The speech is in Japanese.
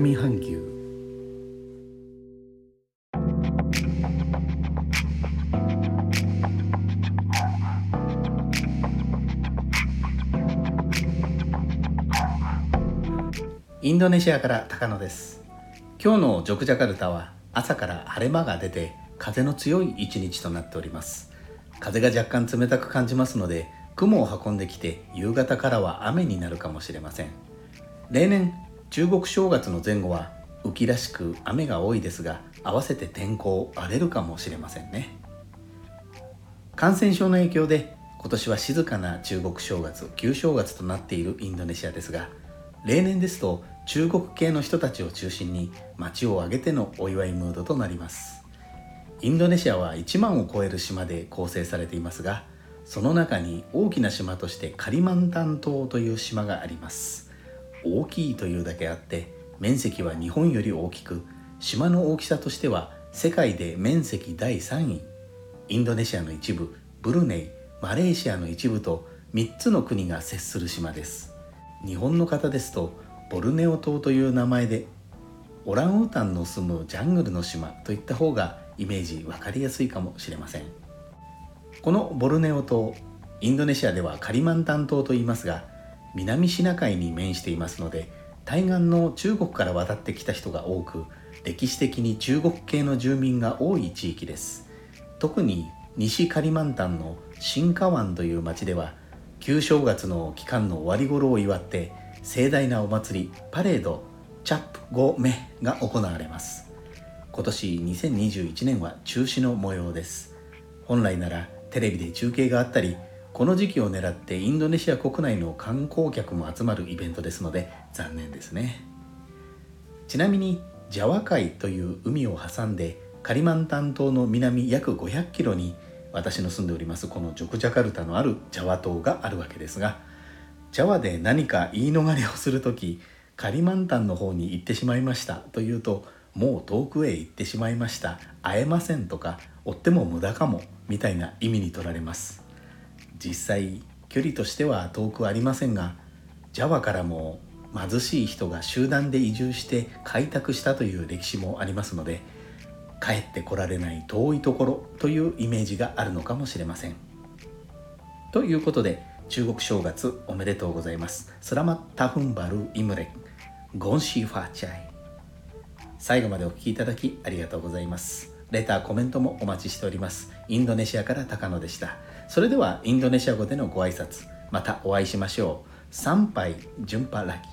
南半球。インドネシアから高野です。今日のジョクジャカルタは朝から晴れ間が出て風の強い一日となっております。風が若干冷たく感じますので、雲を運んできて夕方からは雨になるかもしれません。例年中国正月の前後は雨季らしく雨が多いですが、合わせて天候荒れるかもしれませんね。感染症の影響で今年は静かな中国正月、旧正月となっているインドネシアですが、例年ですと中国系の人たちを中心に街を挙げてのお祝いムードとなります。インドネシアは1万を超える島で構成されていますが、その中に大きな島としてカリマンタン島という島があります。大きいというだけあって面積は日本より大きく、島の大きさとしては世界で面積第3位。インドネシアの一部、ブルネイ、マレーシアの一部と3つの国が接する島です。日本の方ですとボルネオ島という名前で、オランウータンの住むジャングルの島といった方がイメージ分かりやすいかもしれません。このボルネオ島、インドネシアではカリマンタン島と言いますが、南シナ海に面していますので、対岸の中国から渡ってきた人が多く、歴史的に中国系の住民が多い地域です。特に西カリマンタンのシンカワンという町では、旧正月の期間の終わり頃を祝って盛大なお祭り、パレードチャップゴメが行われます。今年2021年は中止の模様です。本来ならテレビで中継があったり、この時期を狙ってインドネシア国内の観光客も集まるイベントですので残念ですね。ちなみにジャワ海という海を挟んでカリマンタン島の南約500キロに私の住んでおりますこのジョクジャカルタのあるジャワ島があるわけですが、ジャワで何か言い逃れをするとき、カリマンタンの方に行ってしまいましたというと、もう遠くへ行ってしまいました、会えませんとか、追っても無駄かもみたいな意味に取られます。実際距離としては遠くありませんが、ジャワからも貧しい人が集団で移住して開拓したという歴史もありますので、帰ってこられない遠いところというイメージがあるのかもしれません。ということで、中国正月おめでとうございます。スラマッタフンバルイムレクゴンシーファーチャイ。最後までお聞きいただきありがとうございます。レター、コメントもお待ちしております。インドネシアから高野でした。それではインドネシア語でのご挨拶、またお会いしましょう。参拝ジュンパラキ。